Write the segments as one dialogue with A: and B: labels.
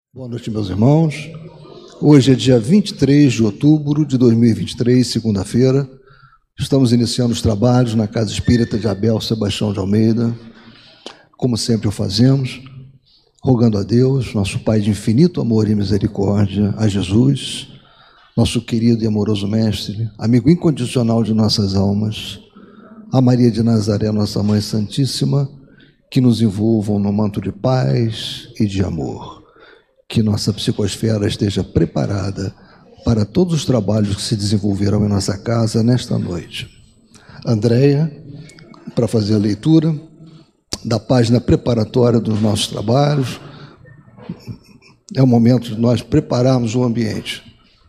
A: Boa noite, meus irmãos. Hoje é dia 23 de outubro de 2023, segunda-feira. Estamos iniciando os trabalhos na Casa Espírita de Abel Sebastião de Almeida, como sempre o fazemos, rogando a Deus, nosso Pai de infinito amor e misericórdia, a Jesus, nosso querido e amoroso Mestre, amigo incondicional de nossas almas, a Maria de Nazaré, nossa Mãe Santíssima, que nos envolvam no manto de paz e de amor. Que nossa psicosfera esteja preparada para todos os trabalhos que se desenvolverão em nossa casa nesta noite. Andréia, para fazer a leitura da página preparatória dos nossos trabalhos, é o momento de nós prepararmos o ambiente.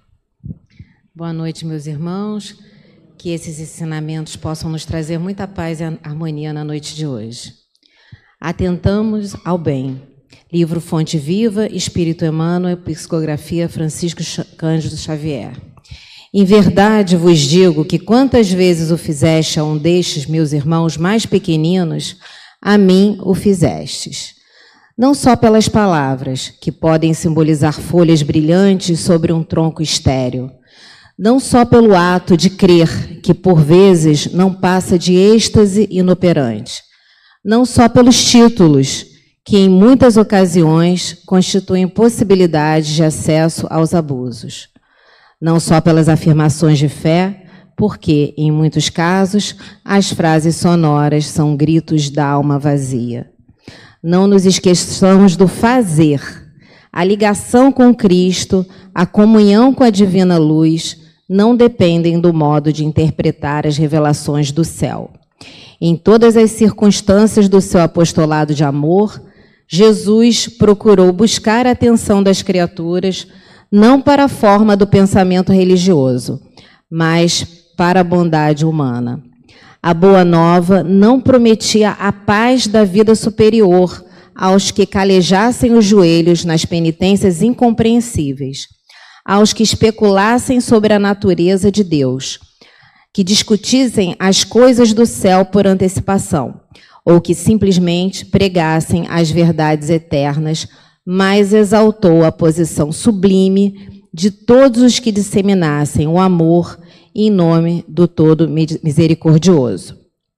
B: Boa noite, meus irmãos. Que esses ensinamentos possam nos trazer muita paz e harmonia na noite de hoje. Atentamos ao bem. Livro Fonte Viva, Espírito Emmanuel, Psicografia Francisco Cândido Xavier. Em verdade vos digo que quantas vezes o fizeste a um destes meus irmãos mais pequeninos, a mim o fizestes. Não só pelas palavras, que podem simbolizar folhas brilhantes sobre um tronco estéril. Não só pelo ato de crer, que por vezes não passa de êxtase inoperante. Não só pelos títulos, que em muitas ocasiões constituem possibilidades de acesso aos abusos. Não só pelas afirmações de fé, porque, em muitos casos, as frases sonoras são gritos da alma vazia. Não nos esqueçamos do fazer. A ligação com Cristo, a comunhão com a divina luz, não dependem do modo de interpretar as revelações do céu. Em todas as circunstâncias do seu apostolado de amor, Jesus procurou buscar a atenção das criaturas, não para a forma do pensamento religioso, mas para a bondade humana. A Boa Nova não prometia a paz da vida superior aos que calejassem os joelhos nas penitências incompreensíveis, aos que especulassem sobre a natureza de Deus, que discutissem as coisas do céu por antecipação, ou que simplesmente pregassem as verdades eternas, mas exaltou a posição sublime de todos os que disseminassem o amor em nome do Todo Misericordioso.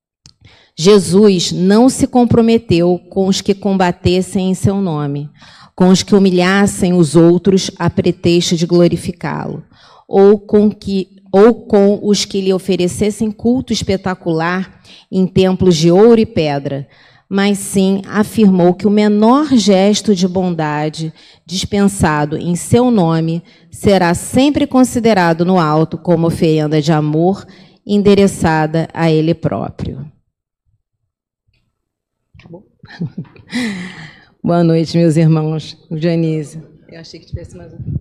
B: Jesus não se comprometeu com os que combatessem em seu nome, com os que humilhassem os outros a pretexto de glorificá-lo, ou com os que lhe oferecessem culto espetacular em templos de ouro e pedra, mas sim afirmou que o menor gesto de bondade dispensado em seu nome será sempre considerado no alto como oferenda de amor endereçada a ele próprio. Acabou? Boa noite, meus irmãos. Dionísio. Eu achei que tivesse mais um.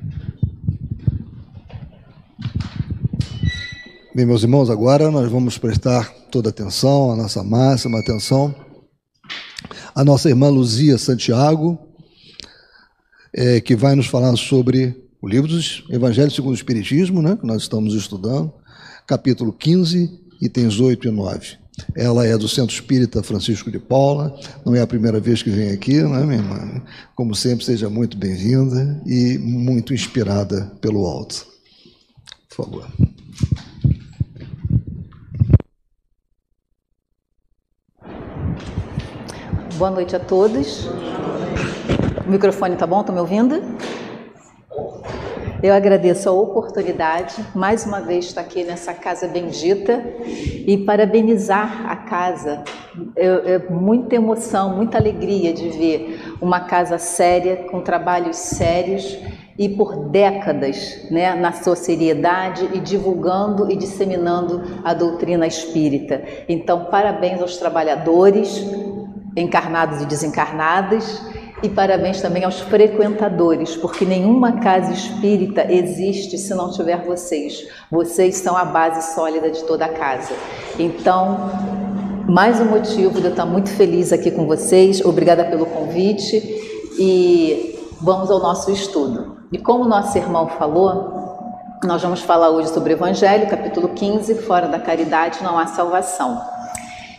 A: Bem, meus irmãos, agora nós vamos prestar toda atenção, a nossa máxima atenção, a nossa irmã Luzia Santiago, que vai nos falar sobre o livro dos Evangelhos segundo o Espiritismo, né, que nós estamos estudando, capítulo 15, itens 8 e 9. Ela é do Centro Espírita Francisco de Paula, não é a primeira vez que vem aqui, né, minha irmã? Como sempre, seja muito bem-vinda e muito inspirada pelo alto. Por favor.
C: Boa noite a todos. O microfone está bom? Estão me ouvindo? Eu agradeço a oportunidade, mais uma vez, estar aqui nessa casa bendita e parabenizar a casa. É muita emoção, muita alegria de ver uma casa séria, com trabalhos sérios e por décadas, né, na sua seriedade e divulgando e disseminando a doutrina espírita. Então, parabéns aos trabalhadores, encarnados e desencarnados, e parabéns também aos frequentadores, porque nenhuma casa espírita existe se não tiver vocês. Vocês são a base sólida de toda a casa. Então, mais um motivo de eu estar muito feliz aqui com vocês. Obrigada pelo convite e vamos ao nosso estudo. E como o nosso irmão falou, nós vamos falar hoje sobre o Evangelho, capítulo 15, fora da caridade não há salvação.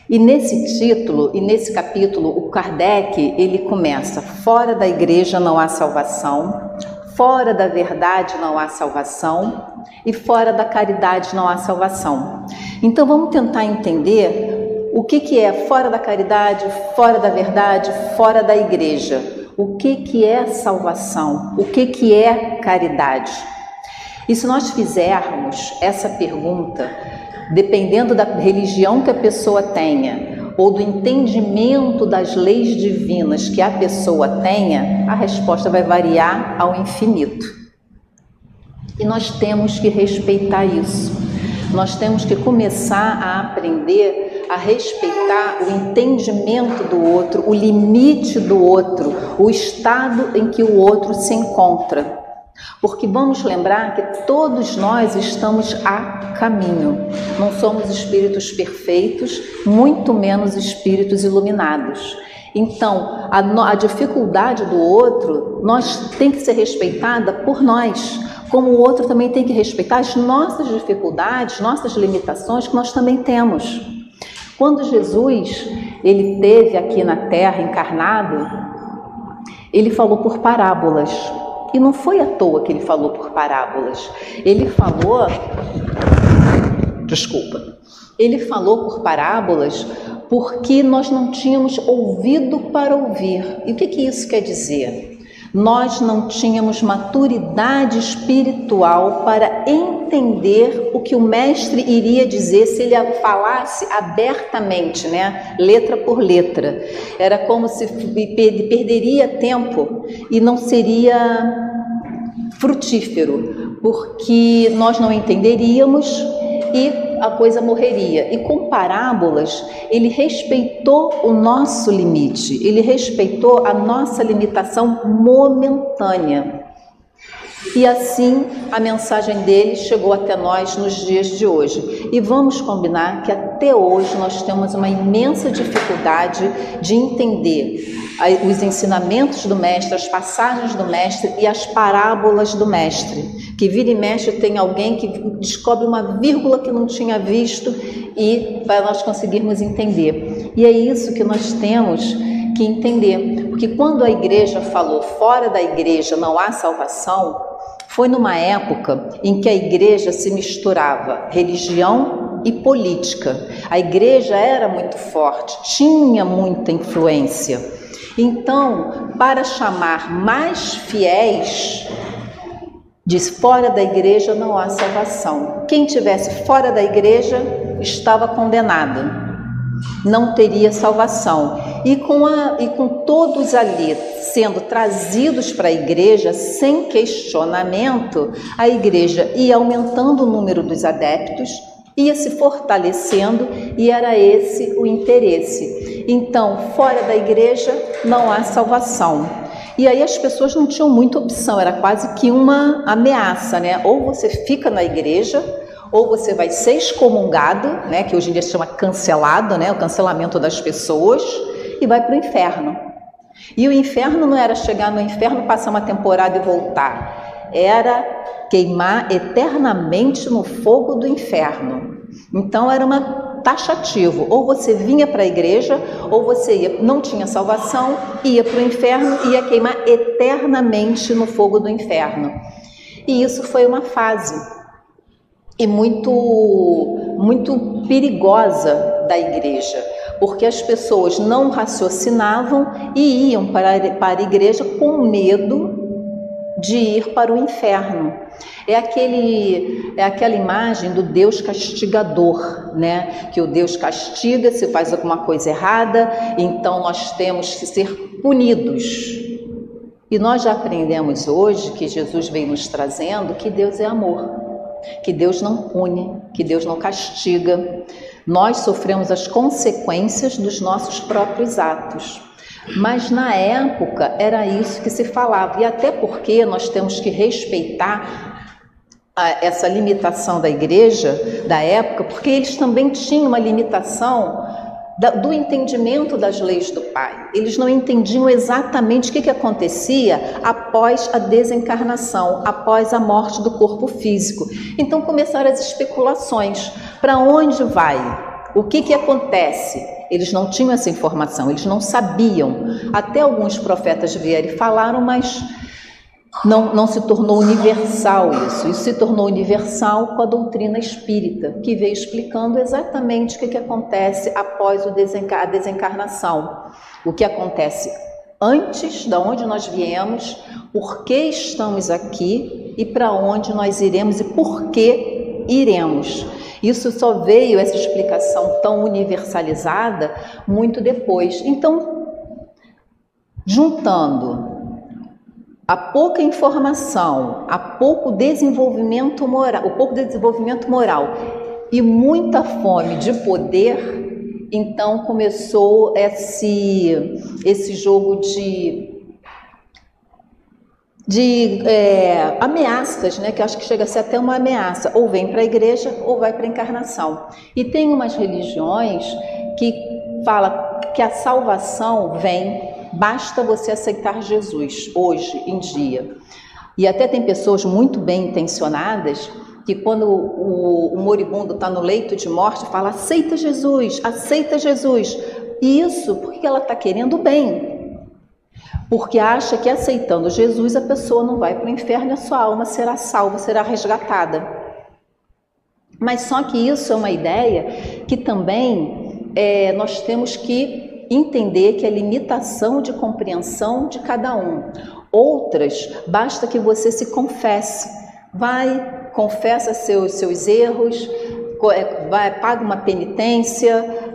C: E nesse título e nesse capítulo, o Kardec, ele começa: fora da igreja não há salvação, fora da verdade não há salvação e fora da caridade não há salvação. Então vamos tentar entender o que é fora da caridade, fora da verdade, fora da igreja. O que é salvação? O que é caridade? E se nós fizermos essa pergunta, dependendo da religião que a pessoa tenha, ou do entendimento das leis divinas que a pessoa tenha, a resposta vai variar ao infinito. E nós temos que respeitar isso. Nós temos que começar a aprender a respeitar o entendimento do outro, o limite do outro, o estado em que o outro se encontra. Porque vamos lembrar que todos nós estamos a caminho. Não somos espíritos perfeitos, muito menos espíritos iluminados. Então, a dificuldade do outro tem que ser respeitada por nós, como o outro também tem que respeitar as nossas dificuldades, nossas limitações que nós também temos. Quando Jesus ele esteve aqui na Terra encarnado, ele falou por parábolas. E não foi à toa que ele falou por parábolas. Ele falou por parábolas porque nós não tínhamos ouvido para ouvir. E o que isso quer dizer? Nós não tínhamos maturidade espiritual para entender o que o mestre iria dizer se ele falasse abertamente, né? Letra por letra. Era como se perderia tempo e não seria frutífero, porque nós não entenderíamos e a coisa morreria. E com parábolas, ele respeitou o nosso limite, ele respeitou a nossa limitação momentânea. E assim a mensagem dele chegou até nós nos dias de hoje. E vamos combinar que até hoje nós temos uma imensa dificuldade de entender os ensinamentos do mestre, as passagens do mestre e as parábolas do mestre. Que vira e mexe tem alguém que descobre uma vírgula que não tinha visto e para nós conseguirmos entender. E é isso que nós temos que entender. Porque quando a igreja falou fora da igreja não há salvação, foi numa época em que a igreja se misturava religião e política. A igreja era muito forte, tinha muita influência. Então, para chamar mais fiéis, diz: fora da igreja não há salvação. Quem estivesse fora da igreja estava condenado, não teria salvação. E com todos ali sendo trazidos para a igreja sem questionamento, a igreja ia aumentando o número dos adeptos, ia se fortalecendo e era esse o interesse. Então, fora da igreja não há salvação. E aí as pessoas não tinham muita opção, era quase que uma ameaça, né? Ou você fica na igreja, ou você vai ser excomungado, né? Que hoje em dia se chama cancelado, né? O cancelamento das pessoas, e vai para o inferno. E o inferno não era chegar no inferno, passar uma temporada e voltar. Era queimar eternamente no fogo do inferno. Então era taxativo. Ou você vinha para a igreja, ou você ia, não tinha salvação, ia para o inferno e ia queimar eternamente no fogo do inferno. E isso foi uma fase e muito perigosa da igreja, porque as pessoas não raciocinavam e iam para a igreja com medo de ir para o inferno. É aquela imagem do Deus castigador, né? Que o Deus castiga se faz alguma coisa errada, então nós temos que ser punidos. E nós já aprendemos hoje, que Jesus vem nos trazendo, que Deus é amor, que Deus não pune, que Deus não castiga. Nós sofremos as consequências dos nossos próprios atos. Mas na época era isso que se falava, e até porque nós temos que respeitar essa limitação da igreja da época, porque eles também tinham uma limitação do entendimento das leis do Pai. Eles não entendiam exatamente o que acontecia após a desencarnação, após a morte do corpo físico. Então começaram as especulações: para onde vai? O que acontece? Eles não tinham essa informação, eles não sabiam. Até alguns profetas vieram e falaram, mas não se tornou universal isso. Isso se tornou universal com a doutrina espírita, que veio explicando exatamente o que acontece após a desencarnação. O que acontece antes, de onde nós viemos, por que estamos aqui e para onde nós iremos e por que iremos. Isso só veio, essa explicação tão universalizada, muito depois. Então, juntando a pouca informação, a pouco desenvolvimento moral, e muita fome de poder, então começou esse jogo de ameaças, né? Que eu acho que chega a ser até uma ameaça, ou vem para a igreja ou vai para a encarnação. E tem umas religiões que falam que a salvação vem, basta você aceitar Jesus, hoje em dia. E até tem pessoas muito bem intencionadas que quando o moribundo está no leito de morte, fala, aceita Jesus, aceita Jesus. E isso porque ela está querendo bem. Porque acha que aceitando Jesus a pessoa não vai para o inferno e a sua alma será salva, será resgatada. Mas só que isso é uma ideia que também nós temos que entender que é limitação de compreensão de cada um. Outras, basta que você se confesse. Vai, confessa seus erros, paga uma penitência,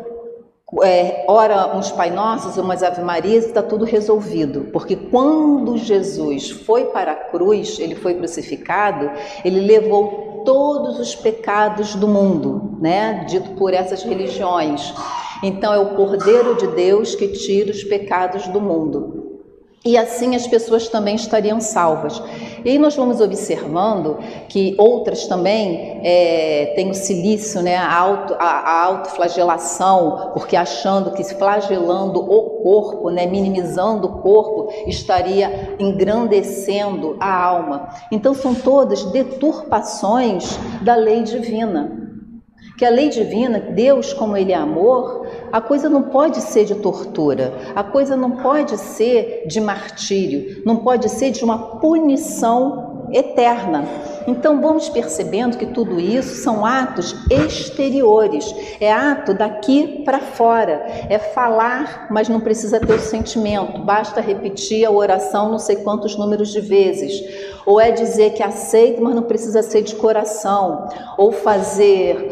C: ora uns Pai Nossos, umas Ave Marias, está tudo resolvido. Porque quando Jesus foi para a cruz, ele foi crucificado, ele levou todos os pecados do mundo, né? Dito por essas religiões. Então é o Cordeiro de Deus que tira os pecados do mundo. E assim as pessoas também estariam salvas. E aí nós vamos observando que outras também têm o silício, né, a autoflagelação, porque achando que flagelando o corpo, né, minimizando o corpo, estaria engrandecendo a alma. Então são todas deturpações da lei divina. Que a lei divina, Deus como Ele é amor, a coisa não pode ser de tortura, a coisa não pode ser de martírio, não pode ser de uma punição eterna. Então vamos percebendo que tudo isso são atos exteriores, é ato daqui para fora, é falar, mas não precisa ter o sentimento, basta repetir a oração não sei quantos números de vezes, ou é dizer que aceito, mas não precisa ser de coração, ou fazer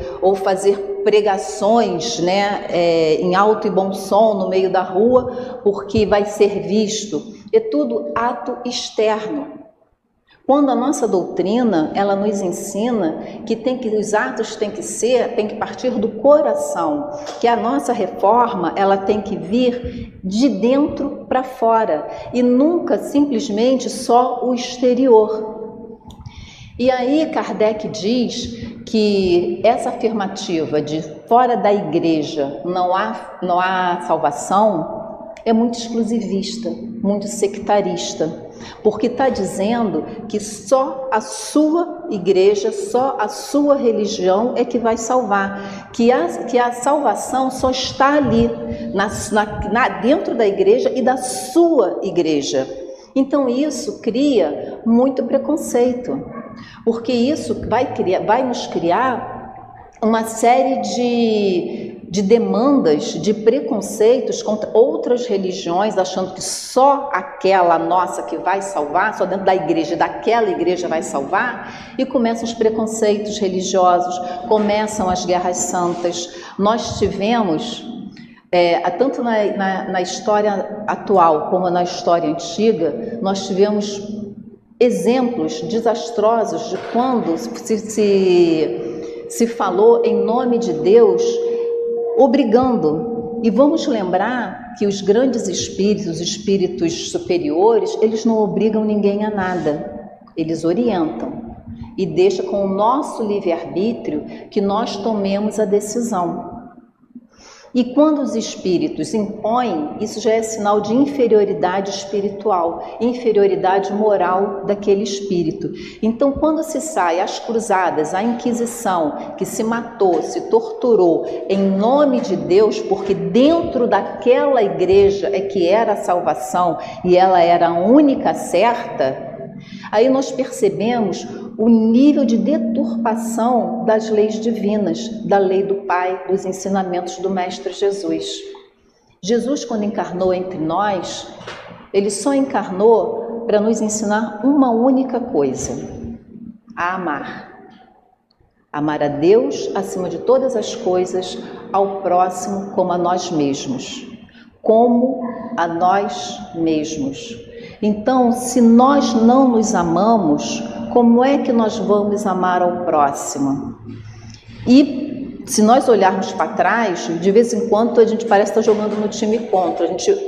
C: pregações, né, em alto e bom som no meio da rua, porque vai ser visto. É tudo ato externo. Quando a nossa doutrina, ela nos ensina que os atos têm que partir do coração, que a nossa reforma, ela tem que vir de dentro para fora e nunca simplesmente só o exterior. E aí Kardec diz que essa afirmativa de fora da igreja não há salvação é muito exclusivista, muito sectarista, porque está dizendo que só a sua igreja, só a sua religião é que vai salvar, que a salvação só está ali, dentro da igreja e da sua igreja. Então isso cria muito preconceito, porque isso vai nos criar uma série de demandas, de preconceitos contra outras religiões, achando que só aquela nossa que vai salvar, só dentro da igreja, daquela igreja vai salvar, e começam os preconceitos religiosos, começam as guerras santas. Nós tivemos, tanto na história atual como na história antiga, nós tivemos exemplos desastrosos de quando se falou em nome de Deus, obrigando. E vamos lembrar que os grandes espíritos, os espíritos superiores, eles não obrigam ninguém a nada, eles orientam e deixam com o nosso livre-arbítrio que nós tomemos a decisão. E quando os espíritos impõem, isso já é sinal de inferioridade espiritual, inferioridade moral daquele espírito. Então, quando se sai às cruzadas, a Inquisição, que se matou, se torturou em nome de Deus, porque dentro daquela igreja é que era a salvação e ela era a única certa, aí nós percebemos o nível de deturpação das leis divinas, da lei do Pai, dos ensinamentos do Mestre Jesus. Jesus, quando encarnou entre nós, ele só encarnou para nos ensinar uma única coisa: a amar. Amar a Deus acima de todas as coisas, ao próximo como a nós mesmos. Como a nós mesmos. Então, se nós não nos amamos, como é que nós vamos amar ao próximo? E se nós olharmos para trás, de vez em quando a gente parece estar jogando no time contra, a gente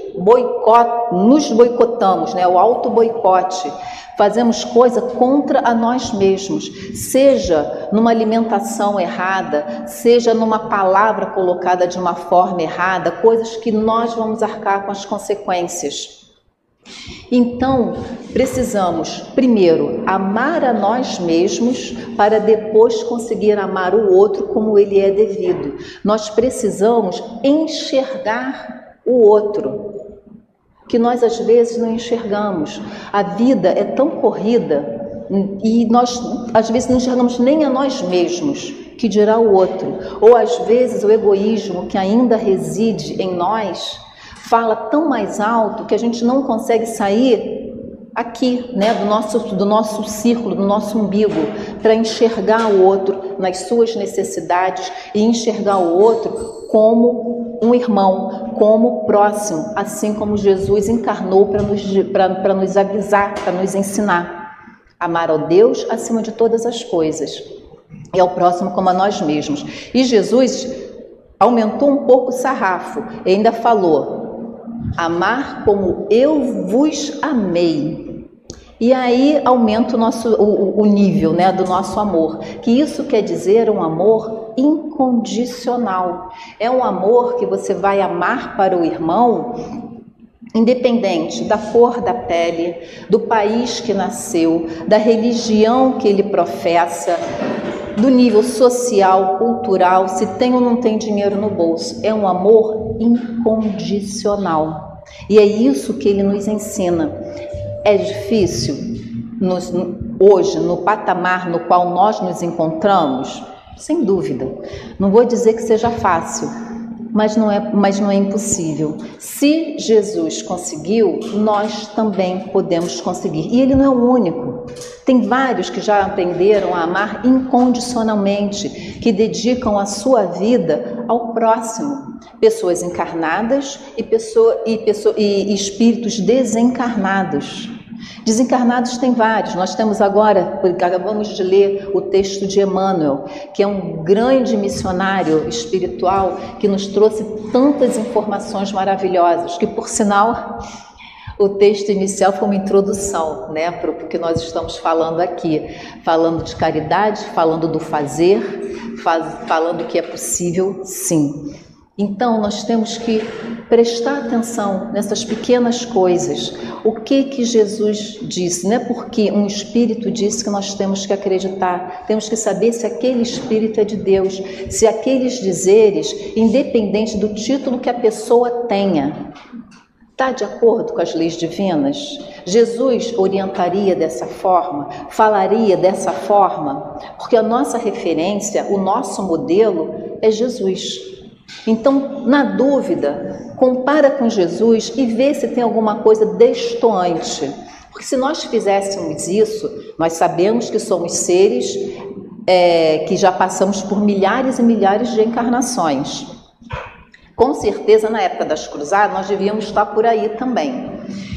C: nos boicotamos, né? O auto-boicote. Fazemos coisa contra a nós mesmos, seja numa alimentação errada, seja numa palavra colocada de uma forma errada, coisas que nós vamos arcar com as consequências. Então, precisamos, primeiro, amar a nós mesmos para depois conseguir amar o outro como ele é devido. Nós precisamos enxergar o outro, que nós às vezes não enxergamos. A vida é tão corrida e nós às vezes não enxergamos nem a nós mesmos, que dirá o outro. Ou às vezes o egoísmo que ainda reside em nós fala tão mais alto que a gente não consegue sair aqui, né, do nosso círculo, do nosso umbigo, para enxergar o outro nas suas necessidades e enxergar o outro como um irmão, como próximo, assim como Jesus encarnou para nos avisar, para nos ensinar. Amar ao Deus acima de todas as coisas e ao próximo como a nós mesmos. E Jesus aumentou um pouco o sarrafo e ainda falou: amar como eu vos amei. E aí aumenta o nível, né, do nosso amor. Que isso quer dizer um amor incondicional. É um amor que você vai amar para o irmão independente da cor da pele, do país que nasceu, da religião que ele professa, do nível social, cultural, se tem ou não tem dinheiro no bolso. É um amor incondicional. E é isso que ele nos ensina. É difícil hoje, no patamar no qual nós nos encontramos? Sem dúvida. Não vou dizer que seja fácil, mas não é impossível. Se Jesus conseguiu, nós também podemos conseguir. E ele não é o único. Tem vários que já aprenderam a amar incondicionalmente, que dedicam a sua vida ao próximo. Pessoas encarnadas e espíritos desencarnados. Desencarnados tem vários. Nós temos agora, acabamos de ler o texto de Emmanuel, que é um grande missionário espiritual que nos trouxe tantas informações maravilhosas, que, por sinal, o texto inicial foi uma introdução, né, para o que nós estamos falando aqui. Falando de caridade, falando do fazer, falando que é possível, sim. Então, nós temos que prestar atenção nessas pequenas coisas. O que Jesus disse? Não é porque um espírito disse que nós temos que acreditar. Temos que saber se aquele espírito é de Deus, se aqueles dizeres, independente do título que a pessoa tenha, está de acordo com as leis divinas? Jesus orientaria dessa forma? Falaria dessa forma? Porque a nossa referência, o nosso modelo é Jesus. Então, na dúvida, compara com Jesus e vê se tem alguma coisa destoante. Porque se nós fizéssemos isso, nós sabemos que somos seres que já passamos por milhares e milhares de encarnações. Com certeza, na época das cruzadas, nós devíamos estar por aí também.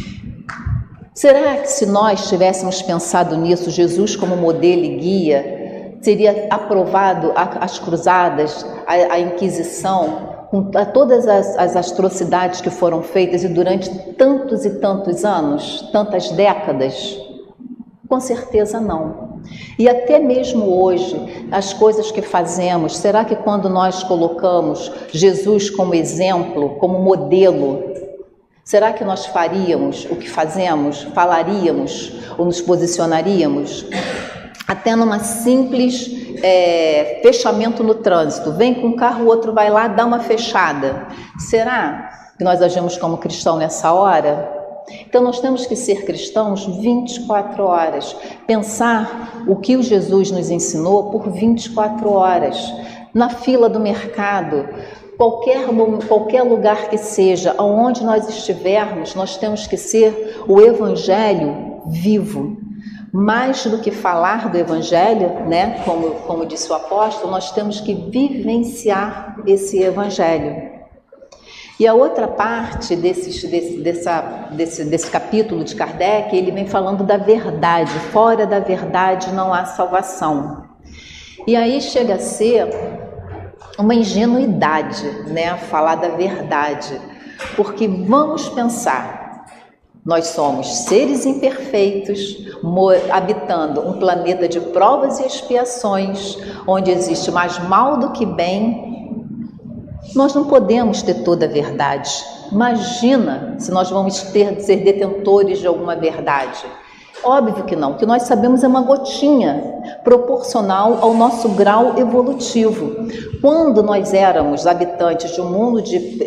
C: Será que se nós tivéssemos pensado nisso, Jesus como modelo e guia, teria aprovado as cruzadas, a Inquisição, com todas as atrocidades que foram feitas e durante tantos e tantos anos, tantas décadas? Com certeza não. E até mesmo hoje, as coisas que fazemos, será que quando nós colocamos Jesus como exemplo, como modelo, será que nós faríamos o que fazemos, falaríamos ou nos posicionaríamos? Até numa simples fechamento no trânsito, vem com um carro, o outro vai lá, dá uma fechada. Será que nós agimos como cristão nessa hora? Então nós temos que ser cristãos 24 horas, pensar o que o Jesus nos ensinou por 24 horas, na fila do mercado, qualquer lugar que seja, aonde nós estivermos, nós temos que ser o Evangelho vivo. Mais do que falar do Evangelho, né, como disse o apóstolo, nós temos que vivenciar esse Evangelho. E a outra parte desse capítulo de Kardec, ele vem falando da verdade. Fora da verdade não há salvação. E aí chega a ser uma ingenuidade, né, falar da verdade. Porque vamos pensar, nós somos seres imperfeitos, habitando um planeta de provas e expiações, onde existe mais mal do que bem. Nós não podemos ter toda a verdade. Imagina se nós vamos ser detentores de alguma verdade. Óbvio que não. O que nós sabemos é uma gotinha proporcional ao nosso grau evolutivo. Quando nós éramos habitantes de um mundo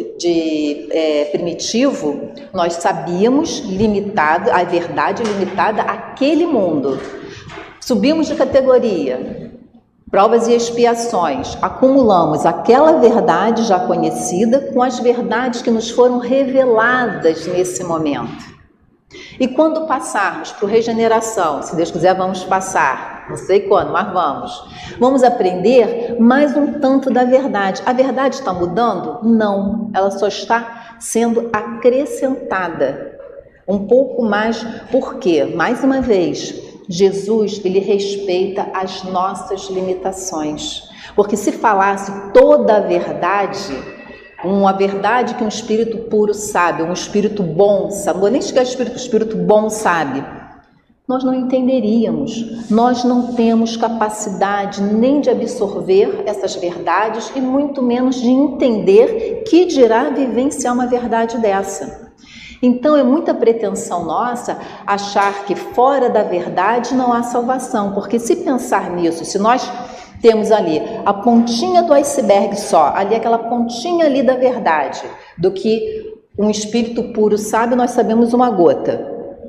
C: primitivo, nós sabíamos a verdade limitada àquele mundo. Subimos de categoria. Provas e expiações, acumulamos aquela verdade já conhecida com as verdades que nos foram reveladas nesse momento. E quando passarmos para o regeneração, se Deus quiser vamos passar, não sei quando, mas vamos aprender mais um tanto da verdade. A verdade está mudando? Não, ela só está sendo acrescentada um pouco mais. Por quê? Mais uma vez, Jesus, ele respeita as nossas limitações. Porque se falasse toda a verdade, uma verdade que um espírito puro sabe, um espírito bom sabe, não vou nem chegar ao espírito bom sabe, nós não entenderíamos. Nós não temos capacidade nem de absorver essas verdades e muito menos de entender que dirá vivenciar uma verdade dessa. Então é muita pretensão nossa achar que fora da verdade não há salvação, porque se pensar nisso, se nós temos ali a pontinha do iceberg só, ali aquela pontinha ali da verdade, do que um espírito puro sabe, nós sabemos uma gota.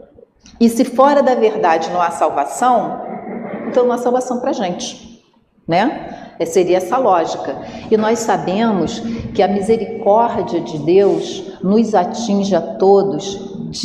C: E se fora da verdade não há salvação, então não há salvação para a gente, né? Seria essa lógica. E nós sabemos que a misericórdia de Deus nos atinge a todos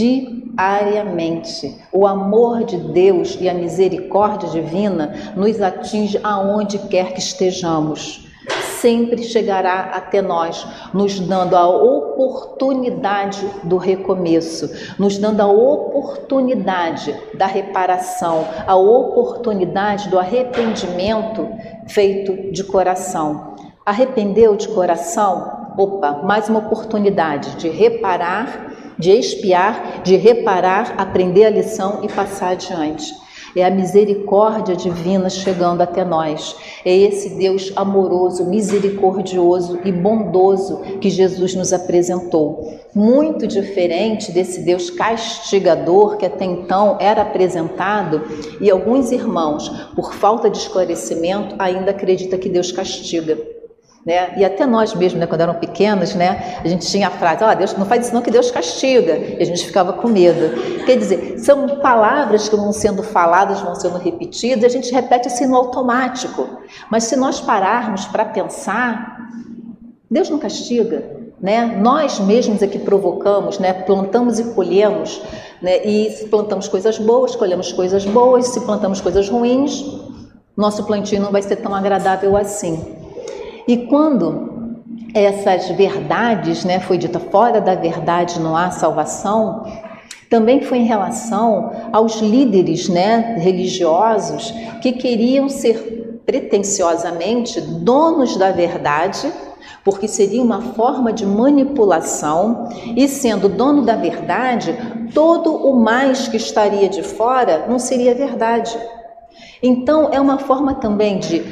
C: diariamente. O amor de Deus e a misericórdia divina nos atinge aonde quer que estejamos. Sempre chegará até nós, nos dando a oportunidade do recomeço, nos dando a oportunidade da reparação, a oportunidade do arrependimento feito de coração. Arrependeu de coração? Opa, mais uma oportunidade de reparar, de expiar, de reparar, aprender a lição e passar adiante. É a misericórdia divina chegando até nós. É esse Deus amoroso, misericordioso e bondoso que Jesus nos apresentou. Muito diferente desse Deus castigador que até então era apresentado, e alguns irmãos, por falta de esclarecimento, ainda acreditam que Deus castiga. Né? E até nós mesmos, né, quando eram pequenos, né, a gente tinha a frase, Deus não faz isso não que Deus castiga, e a gente ficava com medo. Quer dizer, são palavras que vão sendo faladas, vão sendo repetidas, e a gente repete assim no automático. Mas se nós pararmos para pensar, Deus não castiga, né? Nós mesmos é que provocamos, né? Plantamos e colhemos, né? E se plantamos coisas boas, colhemos coisas boas, se plantamos coisas ruins, nosso plantio não vai ser tão agradável assim. E quando essas verdades, né, foi dita fora da verdade não há salvação, também foi em relação aos líderes, né, religiosos que queriam ser pretensiosamente donos da verdade, porque seria uma forma de manipulação, e sendo dono da verdade, todo o mais que estaria de fora não seria verdade. Então, é uma forma também de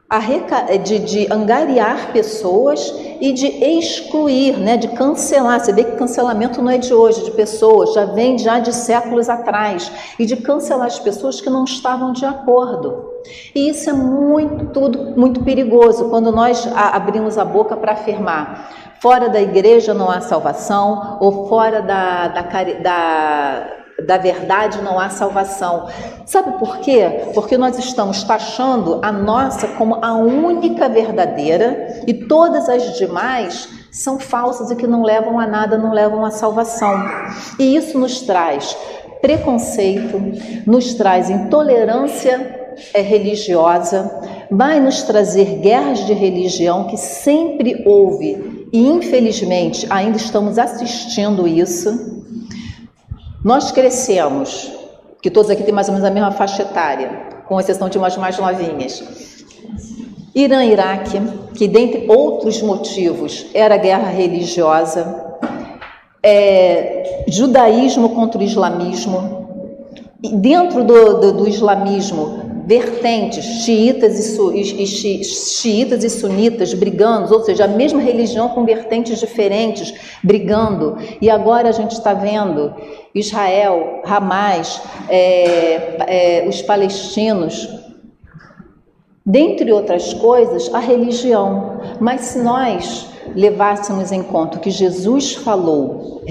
C: angariar pessoas e de excluir, né, de cancelar. Você vê que cancelamento não é de hoje, de pessoas, já vem já de séculos atrás, e de cancelar as pessoas que não estavam de acordo. E isso é muito perigoso, quando nós abrimos a boca para afirmar: fora da igreja não há salvação, ou fora da verdade não há salvação. Sabe por quê? Porque nós estamos taxando a nossa como a única verdadeira e todas as demais são falsas e que não levam a nada, não levam a salvação. E isso nos traz preconceito, nos traz intolerância religiosa, vai nos trazer guerras de religião que sempre houve e infelizmente ainda estamos assistindo isso. Nós crescemos, que todos aqui têm mais ou menos a mesma faixa etária, com exceção de umas mais novinhas. Irã e Iraque, que dentre outros motivos era guerra religiosa, judaísmo contra o islamismo, e dentro do islamismo, vertentes xiitas e sunitas brigando, ou seja, a mesma religião com vertentes diferentes brigando. E agora a gente está vendo Israel, Hamas, os palestinos, dentre outras coisas, a religião. Mas se nós levássemos em conta o que Jesus falou,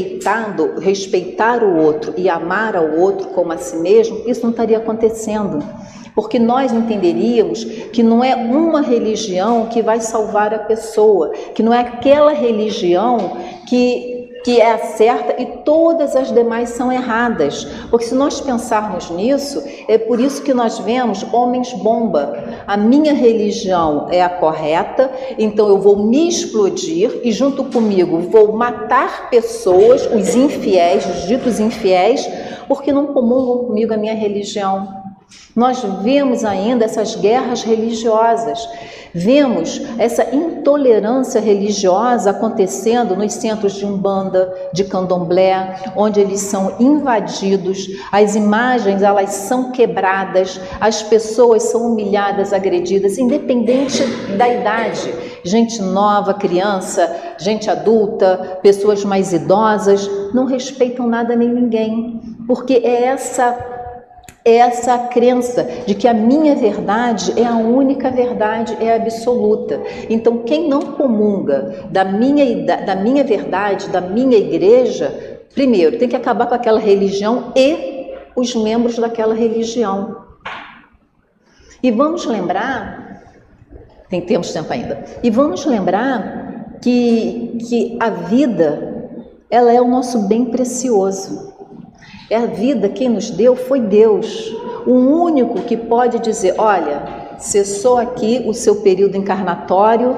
C: respeitar o outro e amar ao outro como a si mesmo, isso não estaria acontecendo. Porque nós entenderíamos que não é uma religião que vai salvar a pessoa, que não é aquela religião que é a certa e todas as demais são erradas. Porque se nós pensarmos nisso, é por isso que nós vemos homens bomba. A minha religião é a correta, então eu vou me explodir e junto comigo vou matar pessoas, os infiéis, os ditos infiéis, porque não comungam comigo a minha religião. Nós vemos ainda essas guerras religiosas, vemos essa intolerância religiosa acontecendo nos centros de Umbanda, de Candomblé, onde eles são invadidos, as imagens elas são quebradas, as pessoas são humilhadas, agredidas, independente da idade, gente nova, criança, gente adulta, pessoas mais idosas, não respeitam nada nem ninguém, porque é essa crença de que a minha verdade é a única verdade, é absoluta. Então, quem não comunga da minha verdade, da minha igreja, primeiro, tem que acabar com aquela religião e os membros daquela religião. E vamos lembrar, temos tempo ainda, e vamos lembrar que a vida, ela é o nosso bem precioso. É a vida, quem nos deu foi Deus, o único que pode dizer: olha, cessou aqui o seu período encarnatório,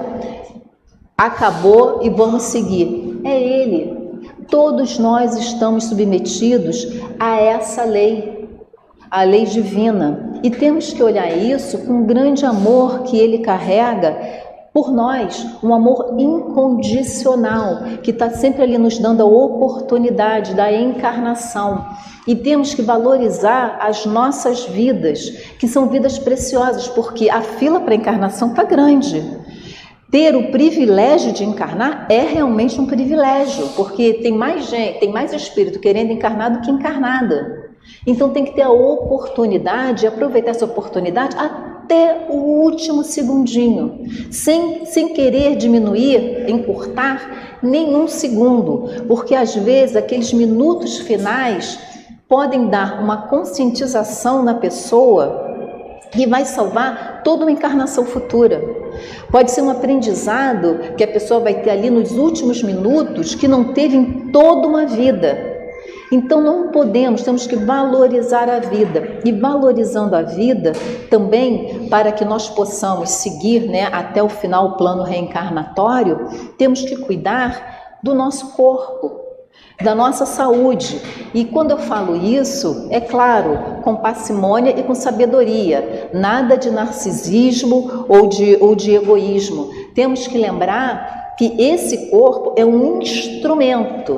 C: acabou e vamos seguir. É Ele. Todos nós estamos submetidos a essa lei, a lei divina, e temos que olhar isso com o grande amor que Ele carrega por nós, um amor incondicional, que está sempre ali nos dando a oportunidade da encarnação. E temos que valorizar as nossas vidas, que são vidas preciosas, porque a fila para a encarnação está grande. Ter o privilégio de encarnar é realmente um privilégio, porque tem mais gente, tem mais espírito querendo encarnar do que encarnada. Então tem que ter a oportunidade, aproveitar essa oportunidade até o último segundinho, sem querer diminuir, encurtar nenhum segundo, porque às vezes aqueles minutos finais podem dar uma conscientização na pessoa que vai salvar toda uma encarnação futura. Pode ser um aprendizado que a pessoa vai ter ali nos últimos minutos que não teve em toda uma vida. Então temos que valorizar a vida, e valorizando a vida também, para que nós possamos seguir, até o final o plano reencarnatório, temos que cuidar do nosso corpo, da nossa saúde. E quando eu falo isso, é claro, com parcimônia e com sabedoria, nada de narcisismo ou de egoísmo. Temos que lembrar que esse corpo é um instrumento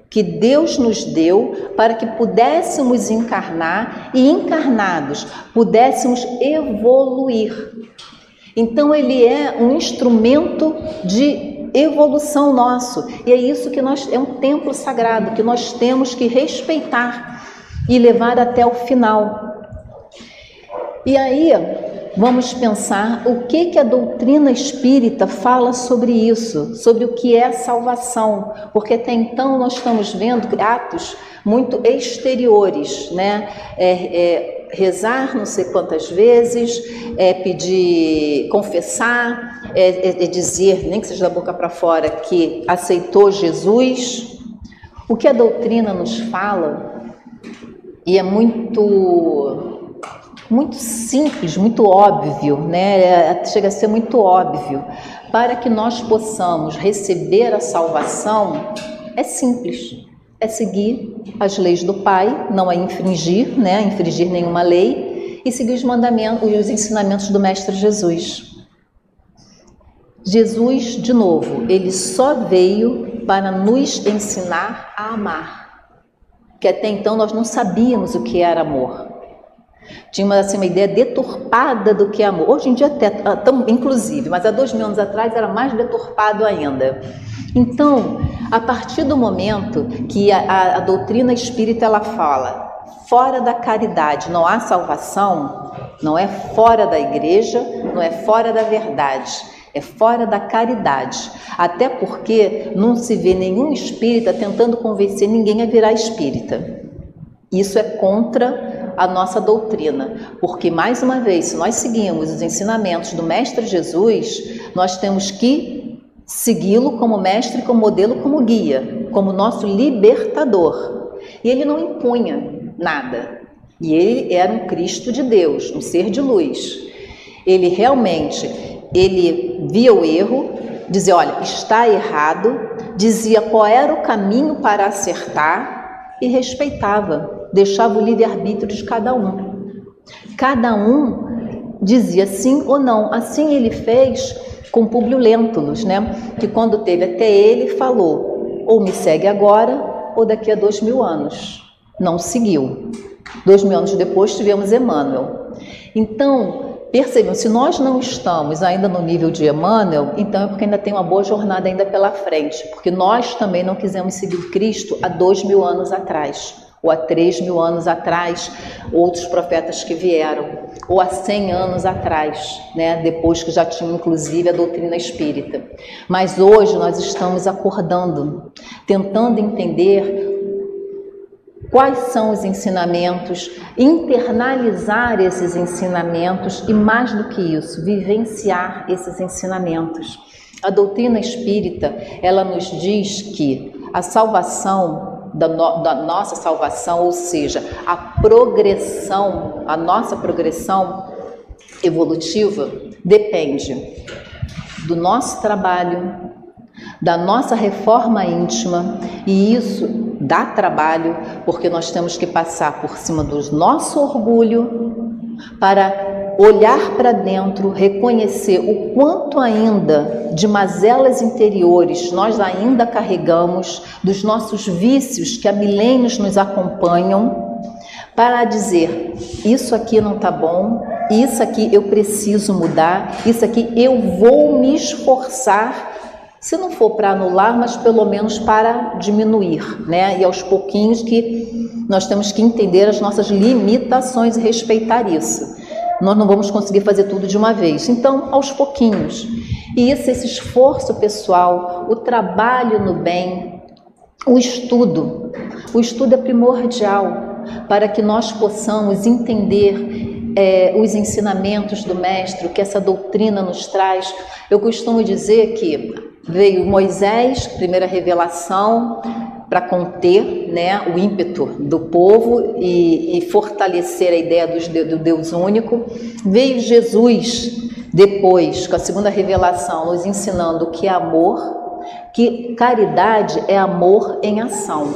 C: que Deus nos deu para que pudéssemos encarnar e, encarnados, pudéssemos evoluir. Então, ele é um instrumento de evolução nosso. E é isso que é um templo sagrado, que nós temos que respeitar e levar até o final. E aí, vamos pensar o que a doutrina espírita fala sobre isso, sobre o que é salvação, porque até então nós estamos vendo atos muito exteriores, né? Rezar não sei quantas vezes, pedir, confessar, dizer, nem que seja da boca para fora, que aceitou Jesus. O que a doutrina nos fala, e é muito simples, muito óbvio, né? Chega a ser muito óbvio. Para que nós possamos receber a salvação, é simples. É seguir as leis do Pai, não é infringir, né? Infringir nenhuma lei, e seguir os mandamentos, os ensinamentos do Mestre Jesus. Jesus, de novo, ele só veio para nos ensinar a amar, que até então nós não sabíamos o que era amor. Tínhamos assim, uma ideia deturpada do que é amor. Hoje em dia até, inclusive, mas há 2000 anos atrás era mais deturpado ainda. Então, a partir do momento que a doutrina espírita ela fala, fora da caridade não há salvação, não é fora da igreja, não é fora da verdade, é fora da caridade. Até porque não se vê nenhum espírita tentando convencer ninguém a virar espírita. Isso é contra a nossa doutrina, porque, mais uma vez, se nós seguimos os ensinamentos do Mestre Jesus, nós temos que segui-lo como mestre, como modelo, como guia, como nosso libertador. E ele não impunha nada. E ele era um Cristo de Deus, um ser de luz. Ele via o erro, dizia, olha, está errado, dizia qual era o caminho para acertar e respeitava, deixava o livre-arbítrio de cada um. Cada um dizia sim ou não. Assim ele fez com Públio Lentulus, né? Que quando teve até ele, falou, ou me segue agora, ou daqui a 2000 anos. Não seguiu. 2000 anos depois tivemos Emmanuel. Então, percebam, se nós não estamos ainda no nível de Emmanuel, então é porque ainda tem uma boa jornada ainda pela frente, porque nós também não quisemos seguir Cristo há 2000 anos atrás, ou há 3000 anos atrás, outros profetas que vieram, ou há 100 anos atrás, né? Depois que já tinha inclusive a doutrina espírita. Mas hoje nós estamos acordando, tentando entender quais são os ensinamentos, internalizar esses ensinamentos e, mais do que isso, vivenciar esses ensinamentos. A doutrina espírita, ela nos diz que a salvação, da nossa salvação, ou seja, a progressão, a nossa progressão evolutiva, depende do nosso trabalho, da nossa reforma íntima, e isso dá trabalho, porque nós temos que passar por cima do nosso orgulho para olhar para dentro, reconhecer o quanto ainda de mazelas interiores nós ainda carregamos, dos nossos vícios que há milênios nos acompanham, para dizer, isso aqui não está bom, isso aqui eu preciso mudar, isso aqui eu vou me esforçar, se não for para anular, mas pelo menos para diminuir, né? E aos pouquinhos que nós temos que entender as nossas limitações e respeitar isso. Nós não vamos conseguir fazer tudo de uma vez, então aos pouquinhos. E esse esforço pessoal, o trabalho no bem, o estudo é primordial para que nós possamos entender os ensinamentos do Mestre, o que essa doutrina nos traz. Eu costumo dizer que veio Moisés, primeira revelação, para conter, né, o ímpeto do povo e fortalecer a ideia do Deus único. Veio Jesus depois, com a segunda revelação, nos ensinando o que é amor, que caridade é amor em ação.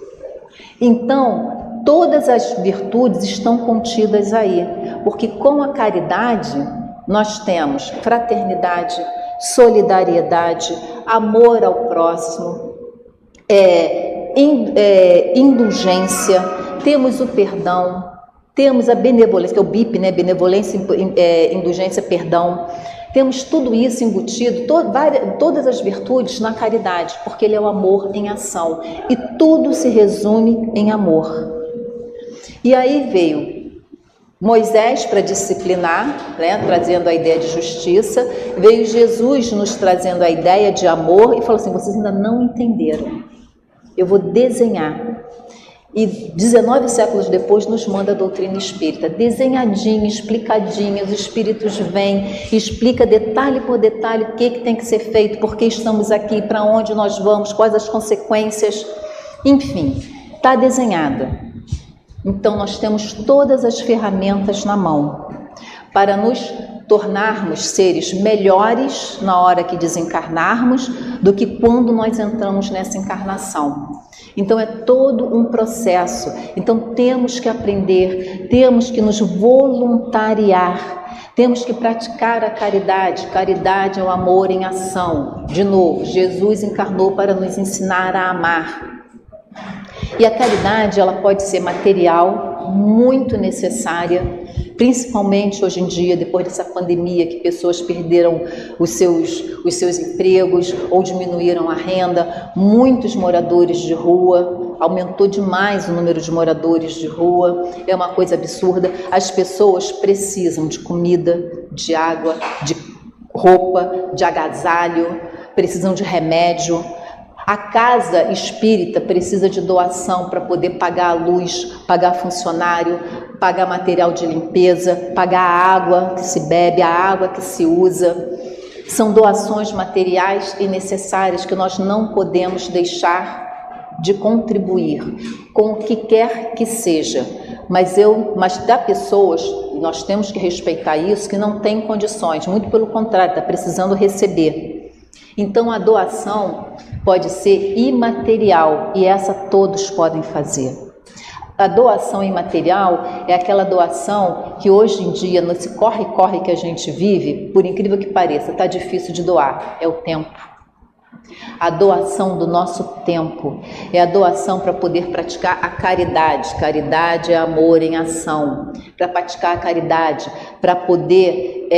C: Então, todas as virtudes estão contidas aí, porque com a caridade nós temos fraternidade, solidariedade, amor ao próximo, indulgência, temos o perdão, temos a benevolência, que é o BIP, né? Benevolência, indulgência, perdão. Temos tudo isso embutido, todas as virtudes na caridade, porque ele é o amor em ação. E tudo se resume em amor. E aí veio Moisés para disciplinar, né, trazendo a ideia de justiça. Veio Jesus nos trazendo a ideia de amor e falou assim, vocês ainda não entenderam. Eu vou desenhar. E 19 séculos depois nos manda a doutrina espírita, desenhadinha, explicadinha, os espíritos vêm, explica detalhe por detalhe o que tem que ser feito, por que estamos aqui, para onde nós vamos, quais as consequências, enfim, está desenhada. Então nós temos todas as ferramentas na mão para nos tornarmos seres melhores na hora que desencarnarmos do que quando nós entramos nessa encarnação. Então é todo um processo. Então temos que aprender, temos que nos voluntariar, temos que praticar a caridade. Caridade é o amor em ação. De novo, Jesus encarnou para nos ensinar a amar. E a caridade, ela pode ser material, muito necessária, principalmente hoje em dia, depois dessa pandemia, que pessoas perderam os seus empregos ou diminuíram a renda, muitos moradores de rua, aumentou demais o número de moradores de rua, é uma coisa absurda. As pessoas precisam de comida, de água, de roupa, de agasalho, precisam de remédio. A casa espírita precisa de doação para poder pagar a luz, pagar funcionário, pagar material de limpeza, pagar a água que se bebe, a água que se usa. São doações materiais e necessárias que nós não podemos deixar de contribuir com o que quer que seja. Mas há pessoas, nós temos que respeitar isso, que não têm condições, muito pelo contrário, está precisando receber. Então a doação pode ser imaterial e essa todos podem fazer. A doação imaterial é aquela doação que hoje em dia, nesse corre-corre que a gente vive, por incrível que pareça, está difícil de doar, é o tempo. A doação do nosso tempo é a doação para poder praticar a caridade. Caridade é amor em ação. Para praticar a caridade, para poder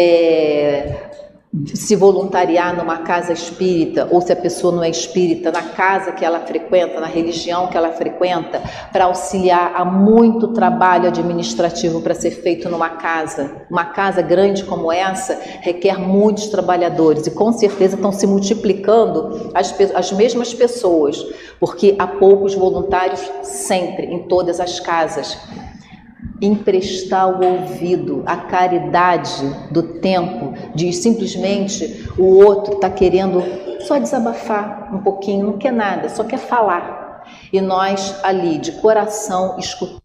C: se voluntariar numa casa espírita, ou se a pessoa não é espírita, na casa que ela frequenta, na religião que ela frequenta, para auxiliar a muito trabalho administrativo para ser feito numa casa. Uma casa grande como essa requer muitos trabalhadores e com certeza estão se multiplicando as mesmas pessoas, porque há poucos voluntários sempre, em todas as casas. Emprestar o ouvido, a caridade do tempo, de simplesmente o outro está querendo só desabafar um pouquinho, não quer nada, só quer falar. E nós ali, de coração, escutando.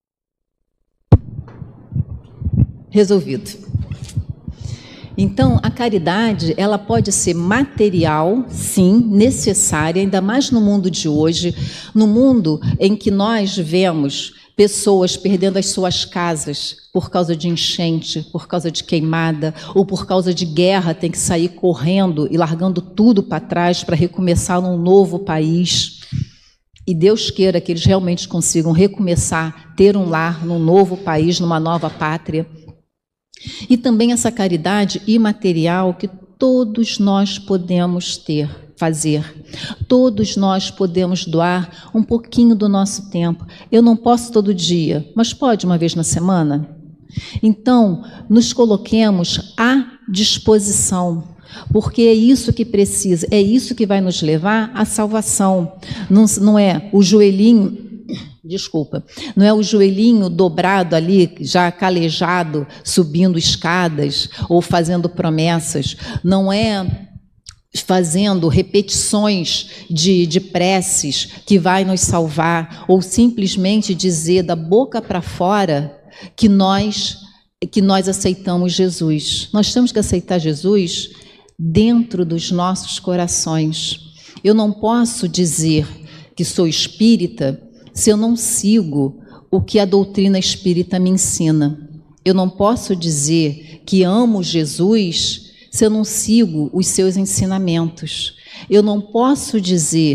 C: Resolvido. Então, a caridade, ela pode ser material, sim, necessária, ainda mais no mundo de hoje, no mundo em que nós vemos pessoas perdendo as suas casas por causa de enchente, por causa de queimada, ou por causa de guerra, tem que sair correndo e largando tudo para trás para recomeçar num novo país. E Deus queira que eles realmente consigam recomeçar, ter um lar num novo país, numa nova pátria. E também essa caridade imaterial que todos nós podemos fazer. Todos nós podemos doar um pouquinho do nosso tempo. Eu não posso todo dia, mas pode uma vez na semana? Então, nos coloquemos à disposição, porque é isso que precisa, é isso que vai nos levar à salvação. Não é o joelhinho... Desculpa, não é o joelhinho dobrado ali, já calejado, subindo escadas ou fazendo promessas, não é fazendo repetições de preces que vai nos salvar, ou simplesmente dizer da boca para fora que nós aceitamos Jesus. Nós temos que aceitar Jesus dentro dos nossos corações. Eu não posso dizer que sou espírita se eu não sigo o que a doutrina espírita me ensina. Eu não posso dizer que amo Jesus se eu não sigo os seus ensinamentos. Eu não posso dizer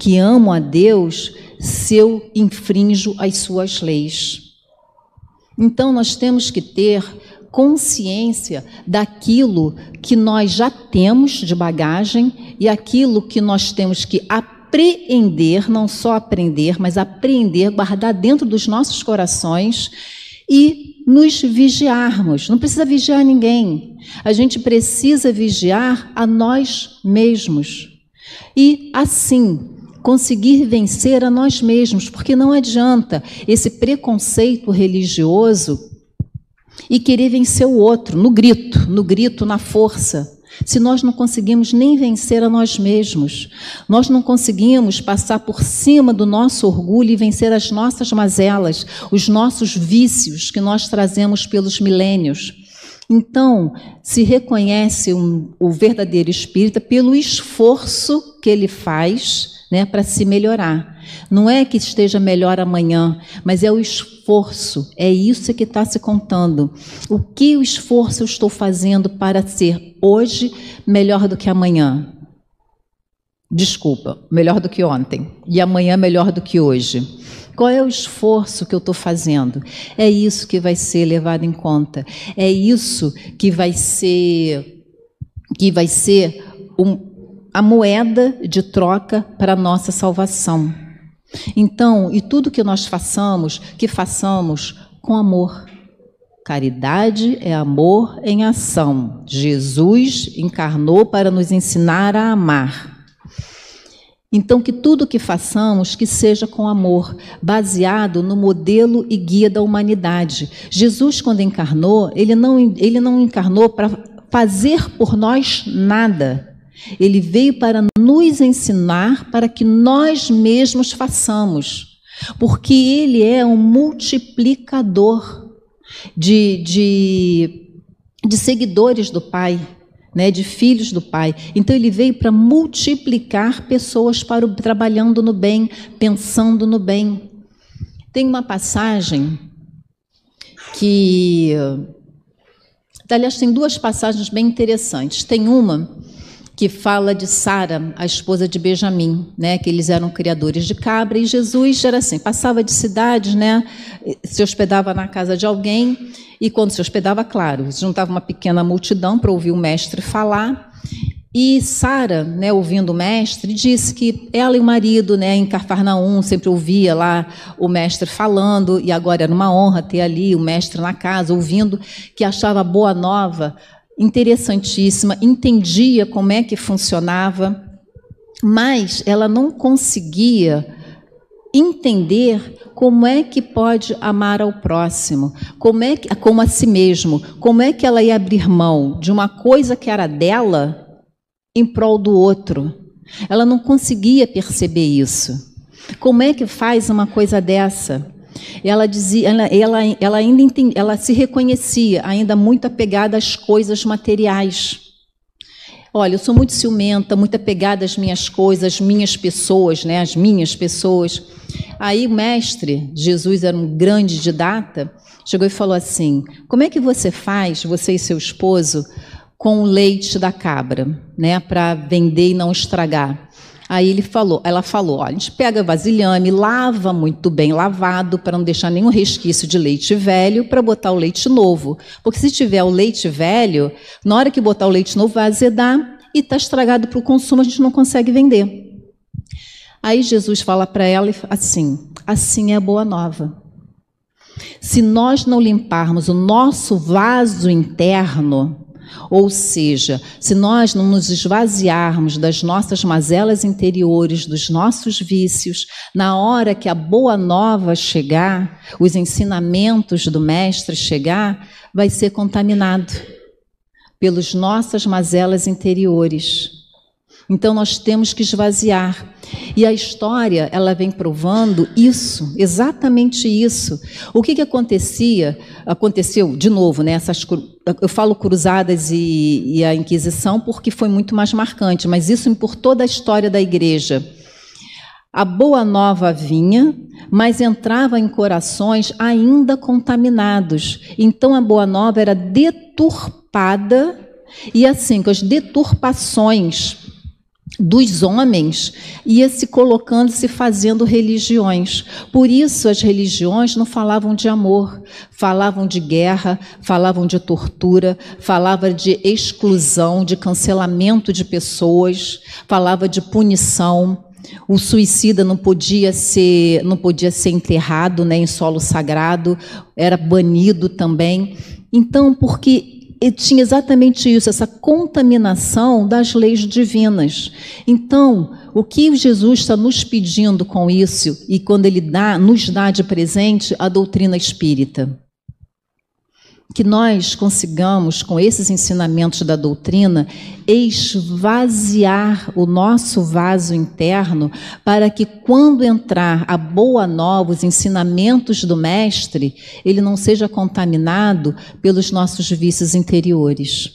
D: que amo a Deus se eu infrinjo as suas leis? Então, nós temos que ter consciência daquilo que nós já temos de bagagem e aquilo que nós temos que apreender, não só aprender, mas apreender, guardar dentro dos nossos corações e nos vigiarmos. Não precisa vigiar ninguém, a gente precisa vigiar a nós mesmos e, assim, conseguir vencer a nós mesmos, porque não adianta esse preconceito religioso e querer vencer o outro no grito, na força, se nós não conseguimos nem vencer a nós mesmos, nós não conseguimos passar por cima do nosso orgulho e vencer as nossas mazelas, os nossos vícios que nós trazemos pelos milênios. Então, se reconhece o verdadeiro espírita pelo esforço que ele faz, né, para se melhorar. Não é que esteja melhor amanhã, mas é o esforço, é isso que está se contando. O que o esforço eu estou fazendo para ser hoje melhor do que amanhã? Desculpa, melhor do que ontem. E amanhã melhor do que hoje. Qual é o esforço que eu estou fazendo? É isso que vai ser levado em conta. É isso que vai ser a moeda de troca para a nossa salvação. Então, e tudo que nós façamos, que façamos com amor. Caridade é amor em ação. Jesus encarnou para nos ensinar a amar. Então, que tudo que façamos, que seja com amor, baseado no modelo e guia da humanidade. Jesus, quando encarnou, ele não encarnou para fazer por nós nada. Ele veio para nos ensinar para que nós mesmos façamos, porque ele é um multiplicador de seguidores do Pai, né, de filhos do Pai. Então ele veio para multiplicar pessoas trabalhando no bem, pensando no bem. Tem uma passagem que... Aliás, tem duas passagens bem interessantes. Tem uma que fala de Sara, a esposa de Benjamim, né, que eles eram criadores de cabra, e Jesus era assim, passava de cidades, né, se hospedava na casa de alguém, e quando se hospedava, claro, se juntava uma pequena multidão para ouvir o mestre falar, e Sara, né, ouvindo o mestre, disse que ela e o marido, né, em Cafarnaum, sempre ouvia lá o mestre falando, e agora era uma honra ter ali o mestre na casa, ouvindo, que achava boa nova interessantíssima, entendia como é que funcionava, mas ela não conseguia entender como é que pode amar ao próximo, como a si mesmo, como é que ela ia abrir mão de uma coisa que era dela em prol do outro. Ela não conseguia perceber isso. Como é que faz uma coisa dessa? Ela dizia, ela se reconhecia ainda muito apegada às coisas materiais. Olha, eu sou muito ciumenta, muito apegada às minhas coisas, às minhas pessoas, né? As minhas pessoas. Aí o mestre, Jesus era um grande didata, chegou e falou assim: como é que você faz, você e seu esposo, com o leite da cabra, né? Para vender e não estragar? Aí ela falou, olha, a gente pega vasilhame, lava muito bem lavado, para não deixar nenhum resquício de leite velho, para botar o leite novo. Porque se tiver o leite velho, na hora que botar o leite novo, vai azedar e está estragado para o consumo, a gente não consegue vender. Aí Jesus fala para ela assim é a boa nova. Se nós não limparmos o nosso vaso interno, ou seja, se nós não nos esvaziarmos das nossas mazelas interiores, dos nossos vícios, na hora que a boa nova chegar, os ensinamentos do mestre chegar, vai ser contaminado pelas nossas mazelas interiores. Então nós temos que esvaziar. E a história, ela vem provando isso, exatamente isso. O que aconteceu, de novo, né, eu falo cruzadas e a Inquisição porque foi muito mais marcante, mas isso por toda a história da igreja. A boa nova vinha, mas entrava em corações ainda contaminados. Então a boa nova era deturpada, e assim, com as deturpações dos homens ia se colocando, se fazendo religiões. Por isso as religiões não falavam de amor, falavam de guerra, falavam de tortura, falavam de exclusão, de cancelamento de pessoas, falava de punição. O suicida não podia ser enterrado, né, em solo sagrado, era banido também. Então, porque tinha exatamente isso, essa contaminação das leis divinas. Então, o que Jesus está nos pedindo com isso, e quando Ele nos dá de presente a doutrina espírita? Que nós consigamos, com esses ensinamentos da doutrina, esvaziar o nosso vaso interno, para que quando entrar a boa nova, os ensinamentos do Mestre, ele não seja contaminado pelos nossos vícios interiores.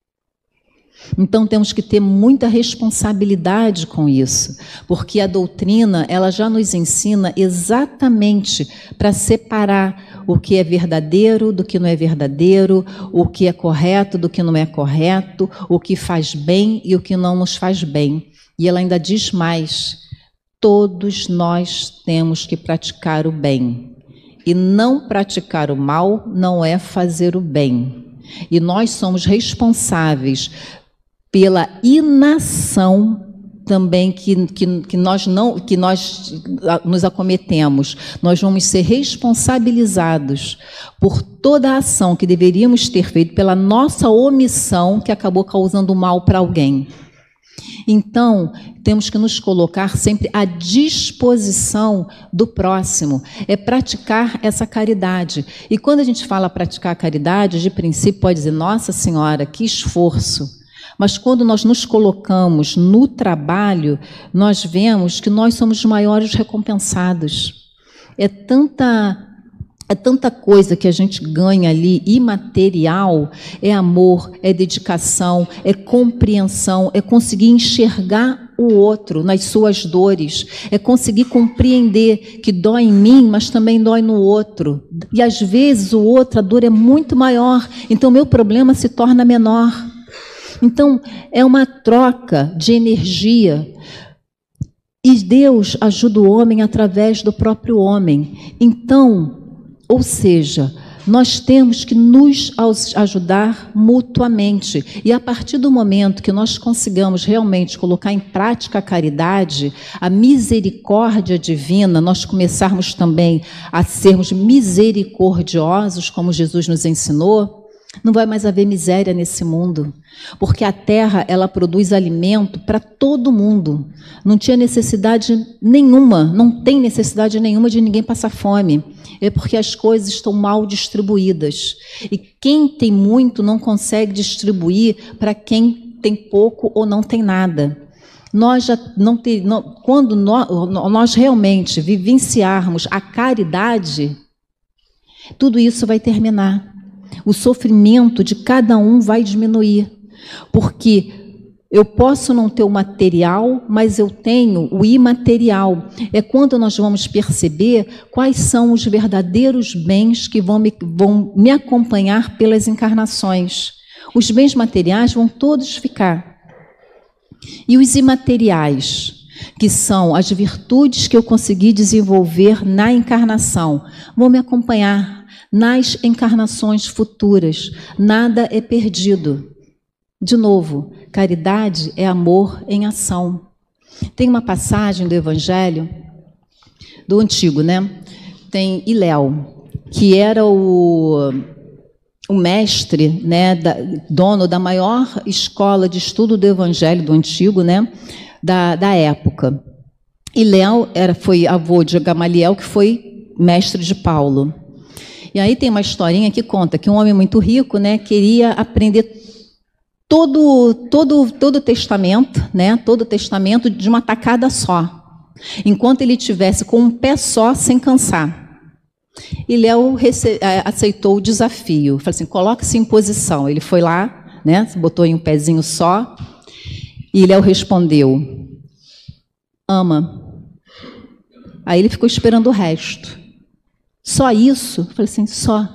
D: Então temos que ter muita responsabilidade com isso, porque a doutrina, ela já nos ensina exatamente para separar o que é verdadeiro do que não é verdadeiro, o que é correto do que não é correto, o que faz bem e o que não nos faz bem. E ela ainda diz mais: todos nós temos que praticar o bem, e não praticar o mal não é fazer o bem. E nós somos responsáveis pela inação também que nós nos acometemos. Nós vamos ser responsabilizados por toda a ação que deveríamos ter feito, pela nossa omissão que acabou causando mal para alguém. Então, temos que nos colocar sempre à disposição do próximo, é praticar essa caridade. E quando a gente fala praticar a caridade, de princípio pode dizer: nossa Senhora, que esforço! Mas quando nós nos colocamos no trabalho, nós vemos que nós somos os maiores recompensados. É tanta coisa que a gente ganha ali, imaterial, é amor, é dedicação, é compreensão, é conseguir enxergar o outro nas suas dores, é conseguir compreender que dói em mim, mas também dói no outro. E às vezes o outro, a dor é muito maior, então meu problema se torna menor. Então, é uma troca de energia. E Deus ajuda o homem através do próprio homem. Então, ou seja, nós temos que nos ajudar mutuamente. E a partir do momento que nós consigamos realmente colocar em prática a caridade, a misericórdia divina, nós começarmos também a sermos misericordiosos, como Jesus nos ensinou, não vai mais haver miséria nesse mundo, porque a terra, ela produz alimento para todo mundo. Não tinha necessidade nenhuma, não tem necessidade nenhuma de ninguém passar fome. É porque as coisas estão mal distribuídas. E quem tem muito não consegue distribuir para quem tem pouco ou não tem nada. Quando nós realmente vivenciarmos a caridade, tudo isso vai terminar. O sofrimento de cada um vai diminuir, porque eu posso não ter o material, mas eu tenho o imaterial. É quando nós vamos perceber quais são os verdadeiros bens que vão me acompanhar pelas encarnações. Os bens materiais vão todos ficar. E os imateriais, que são as virtudes que eu consegui desenvolver na encarnação, vão me acompanhar nas encarnações futuras. Nada é perdido. De novo, caridade é amor em ação. Tem uma passagem do Evangelho, do Antigo, né? Tem Hilel, que era o mestre, né, dono da maior escola de estudo do Evangelho do Antigo, né, da época. Hilel foi avô de Gamaliel, que foi mestre de Paulo. E aí tem uma historinha que conta que um homem muito rico, né, queria aprender todo o testamento, né, todo o testamento de uma tacada só, enquanto ele tivesse com um pé só, sem cansar. E Léo aceitou o desafio, falou assim: coloque-se em posição. Ele foi lá, né, botou em um pezinho só, e Léo respondeu: ama. Aí ele ficou esperando o resto. Só isso? Eu falei assim: só.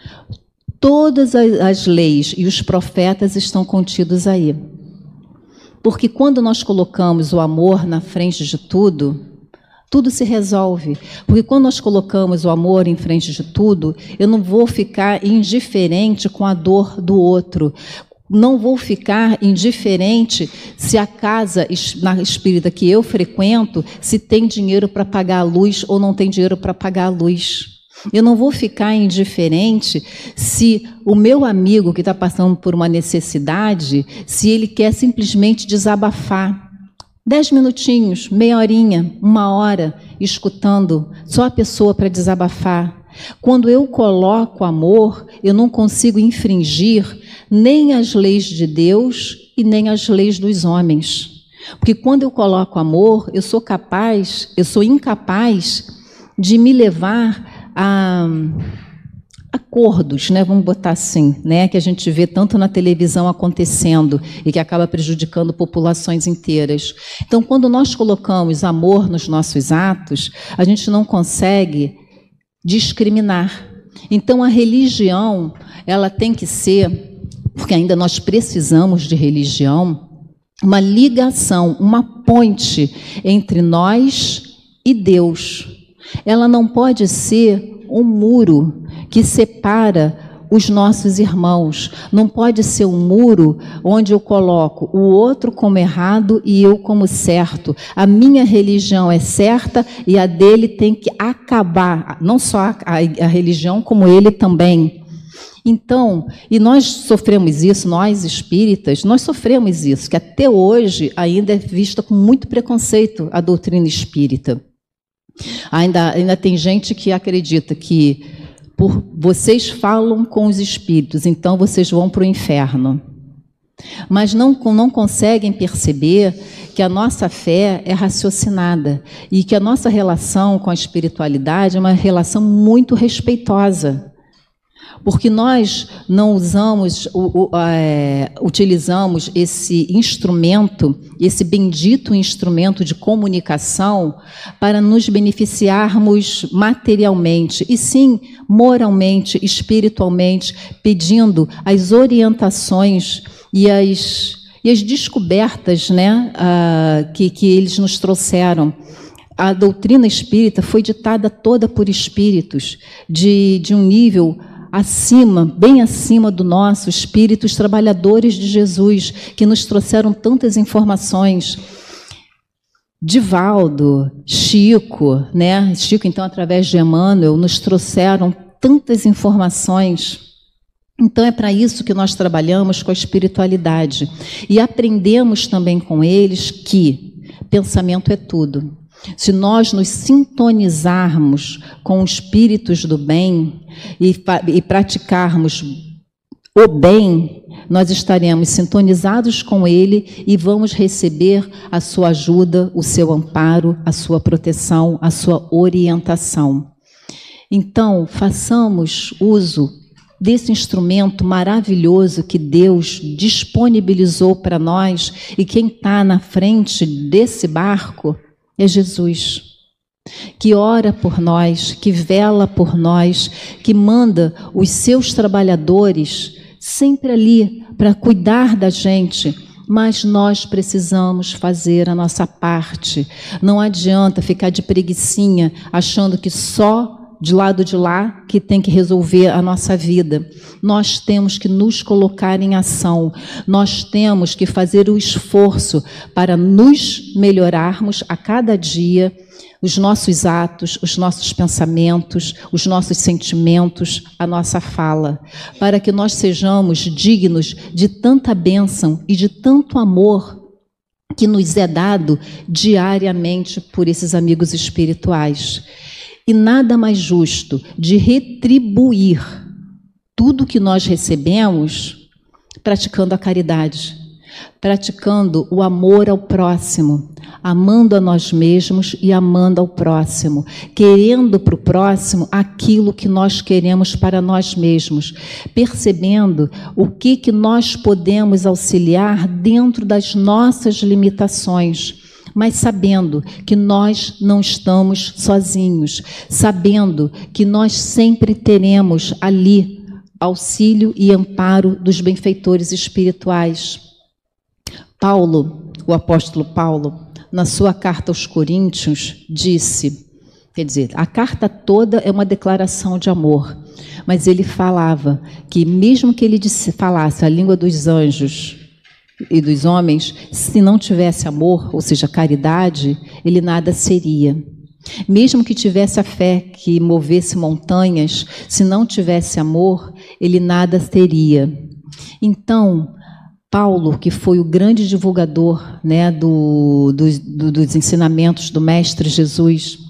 D: Todas as leis e os profetas estão contidos aí. Porque quando nós colocamos o amor na frente de tudo, tudo se resolve. Porque quando nós colocamos o amor em frente de tudo, eu não vou ficar indiferente com a dor do outro. Não vou ficar indiferente se a casa na espírita que eu frequento, se tem dinheiro para pagar a luz ou não tem dinheiro para pagar a luz. Eu não vou ficar indiferente se o meu amigo que está passando por uma necessidade, se ele quer simplesmente desabafar. 10 minutinhos, meia horinha, 1 hora, escutando só a pessoa para desabafar. Quando eu coloco amor, eu não consigo infringir nem as leis de Deus e nem as leis dos homens. Porque quando eu coloco amor, eu sou incapaz de me levar a acordos, né? Vamos botar assim, né? Que a gente vê tanto na televisão acontecendo e que acaba prejudicando populações inteiras. Então, quando nós colocamos amor nos nossos atos, a gente não consegue discriminar. Então, a religião, ela tem que ser, porque ainda nós precisamos de religião, uma ligação, uma ponte entre nós e Deus. Ela não pode ser um muro que separa os nossos irmãos. Não pode ser um muro onde eu coloco o outro como errado e eu como certo. A minha religião é certa e a dele tem que acabar. Não só a religião, como ele também. Então, e nós sofremos isso, nós espíritas, nós sofremos isso, que até hoje ainda é vista com muito preconceito a doutrina espírita. Ainda tem gente que acredita que vocês falam com os espíritos, então vocês vão para o inferno. Mas não conseguem perceber que a nossa fé é raciocinada e que a nossa relação com a espiritualidade é uma relação muito respeitosa. Porque nós não utilizamos esse instrumento, esse bendito instrumento de comunicação para nos beneficiarmos materialmente, e sim moralmente, espiritualmente, pedindo as orientações e as descobertas, né, que eles nos trouxeram. A doutrina espírita foi ditada toda por espíritos de um nível acima, bem acima do nosso, espíritos trabalhadores de Jesus, que nos trouxeram tantas informações. Divaldo, Chico, né? Chico, então, através de Emmanuel, nos trouxeram tantas informações. Então, é para isso que nós trabalhamos com a espiritualidade. E aprendemos também com eles que pensamento é tudo. Se nós nos sintonizarmos com os espíritos do bem e praticarmos o bem, nós estaremos sintonizados com ele e vamos receber a sua ajuda, o seu amparo, a sua proteção, a sua orientação. Então, façamos uso desse instrumento maravilhoso que Deus disponibilizou para nós, e quem está na frente desse barco é Jesus, que ora por nós, que vela por nós, que manda os seus trabalhadores sempre ali para cuidar da gente, mas nós precisamos fazer a nossa parte. Não adianta ficar de preguicinha, achando que só de lado de lá que tem que resolver a nossa vida. Nós temos que nos colocar em ação, nós temos que fazer o esforço para nos melhorarmos a cada dia, os nossos atos, os nossos pensamentos, os nossos sentimentos, a nossa fala, para que nós sejamos dignos de tanta bênção e de tanto amor que nos é dado diariamente por esses amigos espirituais. E nada mais justo de retribuir tudo que nós recebemos praticando a caridade, praticando o amor ao próximo, amando a nós mesmos e amando ao próximo, querendo para o próximo aquilo que nós queremos para nós mesmos, percebendo o que nós podemos auxiliar dentro das nossas limitações, mas sabendo que nós não estamos sozinhos, sabendo que nós sempre teremos ali auxílio e amparo dos benfeitores espirituais. Paulo, o apóstolo Paulo, na sua carta aos Coríntios, disse, quer dizer, a carta toda é uma declaração de amor, mas ele falava que mesmo que ele falasse a língua dos anjos e dos homens, se não tivesse amor, ou seja, caridade, ele nada seria. Mesmo que tivesse a fé que movesse montanhas, se não tivesse amor, ele nada teria. Então, Paulo, que foi o grande divulgador, né, dos ensinamentos do Mestre Jesus,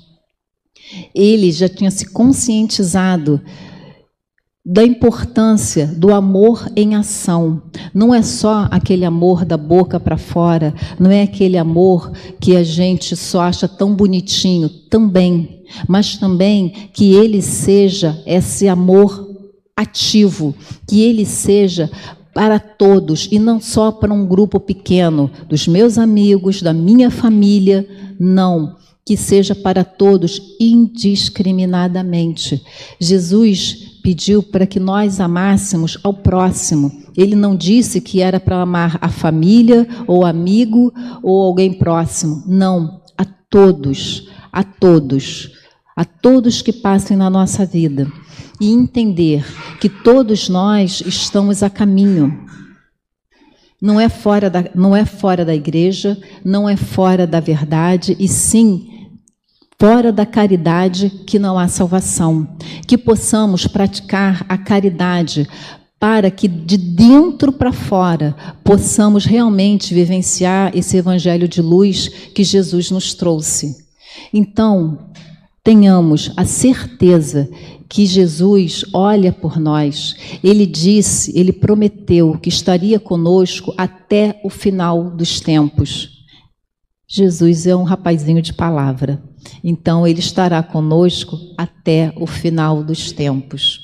D: ele já tinha se conscientizado da importância do amor em ação. Não é só aquele amor da boca para fora, não é aquele amor que a gente só acha tão bonitinho, também, mas também que ele seja esse amor ativo, que ele seja para todos e não só para um grupo pequeno, dos meus amigos, da minha família, não, que seja para todos indiscriminadamente. Jesus pediu para que nós amássemos ao próximo. Ele não disse que era para amar a família, ou amigo, ou alguém próximo. Não, a todos, a todos, a todos que passem na nossa vida. E entender que todos nós estamos a caminho. Não é fora da igreja, não é fora da verdade, e sim fora da caridade que não há salvação. Que possamos praticar a caridade para que de dentro para fora possamos realmente vivenciar esse evangelho de luz que Jesus nos trouxe. Então, tenhamos a certeza que Jesus olha por nós. Ele disse, ele prometeu que estaria conosco até o final dos tempos. Jesus é um rapazinho de palavra. Então, ele estará conosco até o final dos tempos.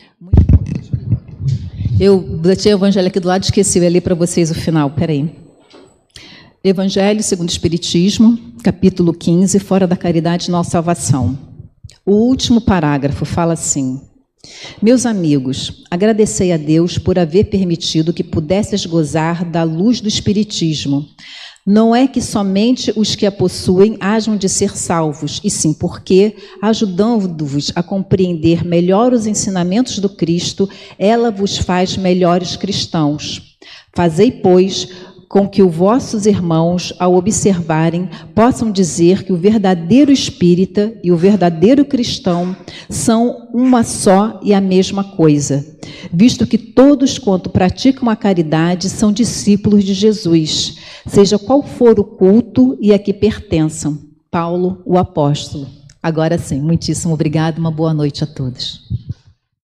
D: Eu botei o evangelho aqui do lado, esqueci, eu li para vocês o final, peraí. Evangelho segundo o Espiritismo, capítulo 15, fora da caridade não há salvação. O último parágrafo fala assim: meus amigos, agradecei a Deus por haver permitido que pudesseis gozar da luz do Espiritismo. Não é que somente os que a possuem hajam de ser salvos, e sim porque, ajudando-vos a compreender melhor os ensinamentos do Cristo, ela vos faz melhores cristãos. Fazei, pois, com que os vossos irmãos, ao observarem, possam dizer que o verdadeiro espírita e o verdadeiro cristão são uma só e a mesma coisa, visto que todos quanto praticam a caridade são discípulos de Jesus, seja qual for o culto e a que pertençam. Paulo, o apóstolo. Agora sim, muitíssimo obrigado, uma boa noite a todos.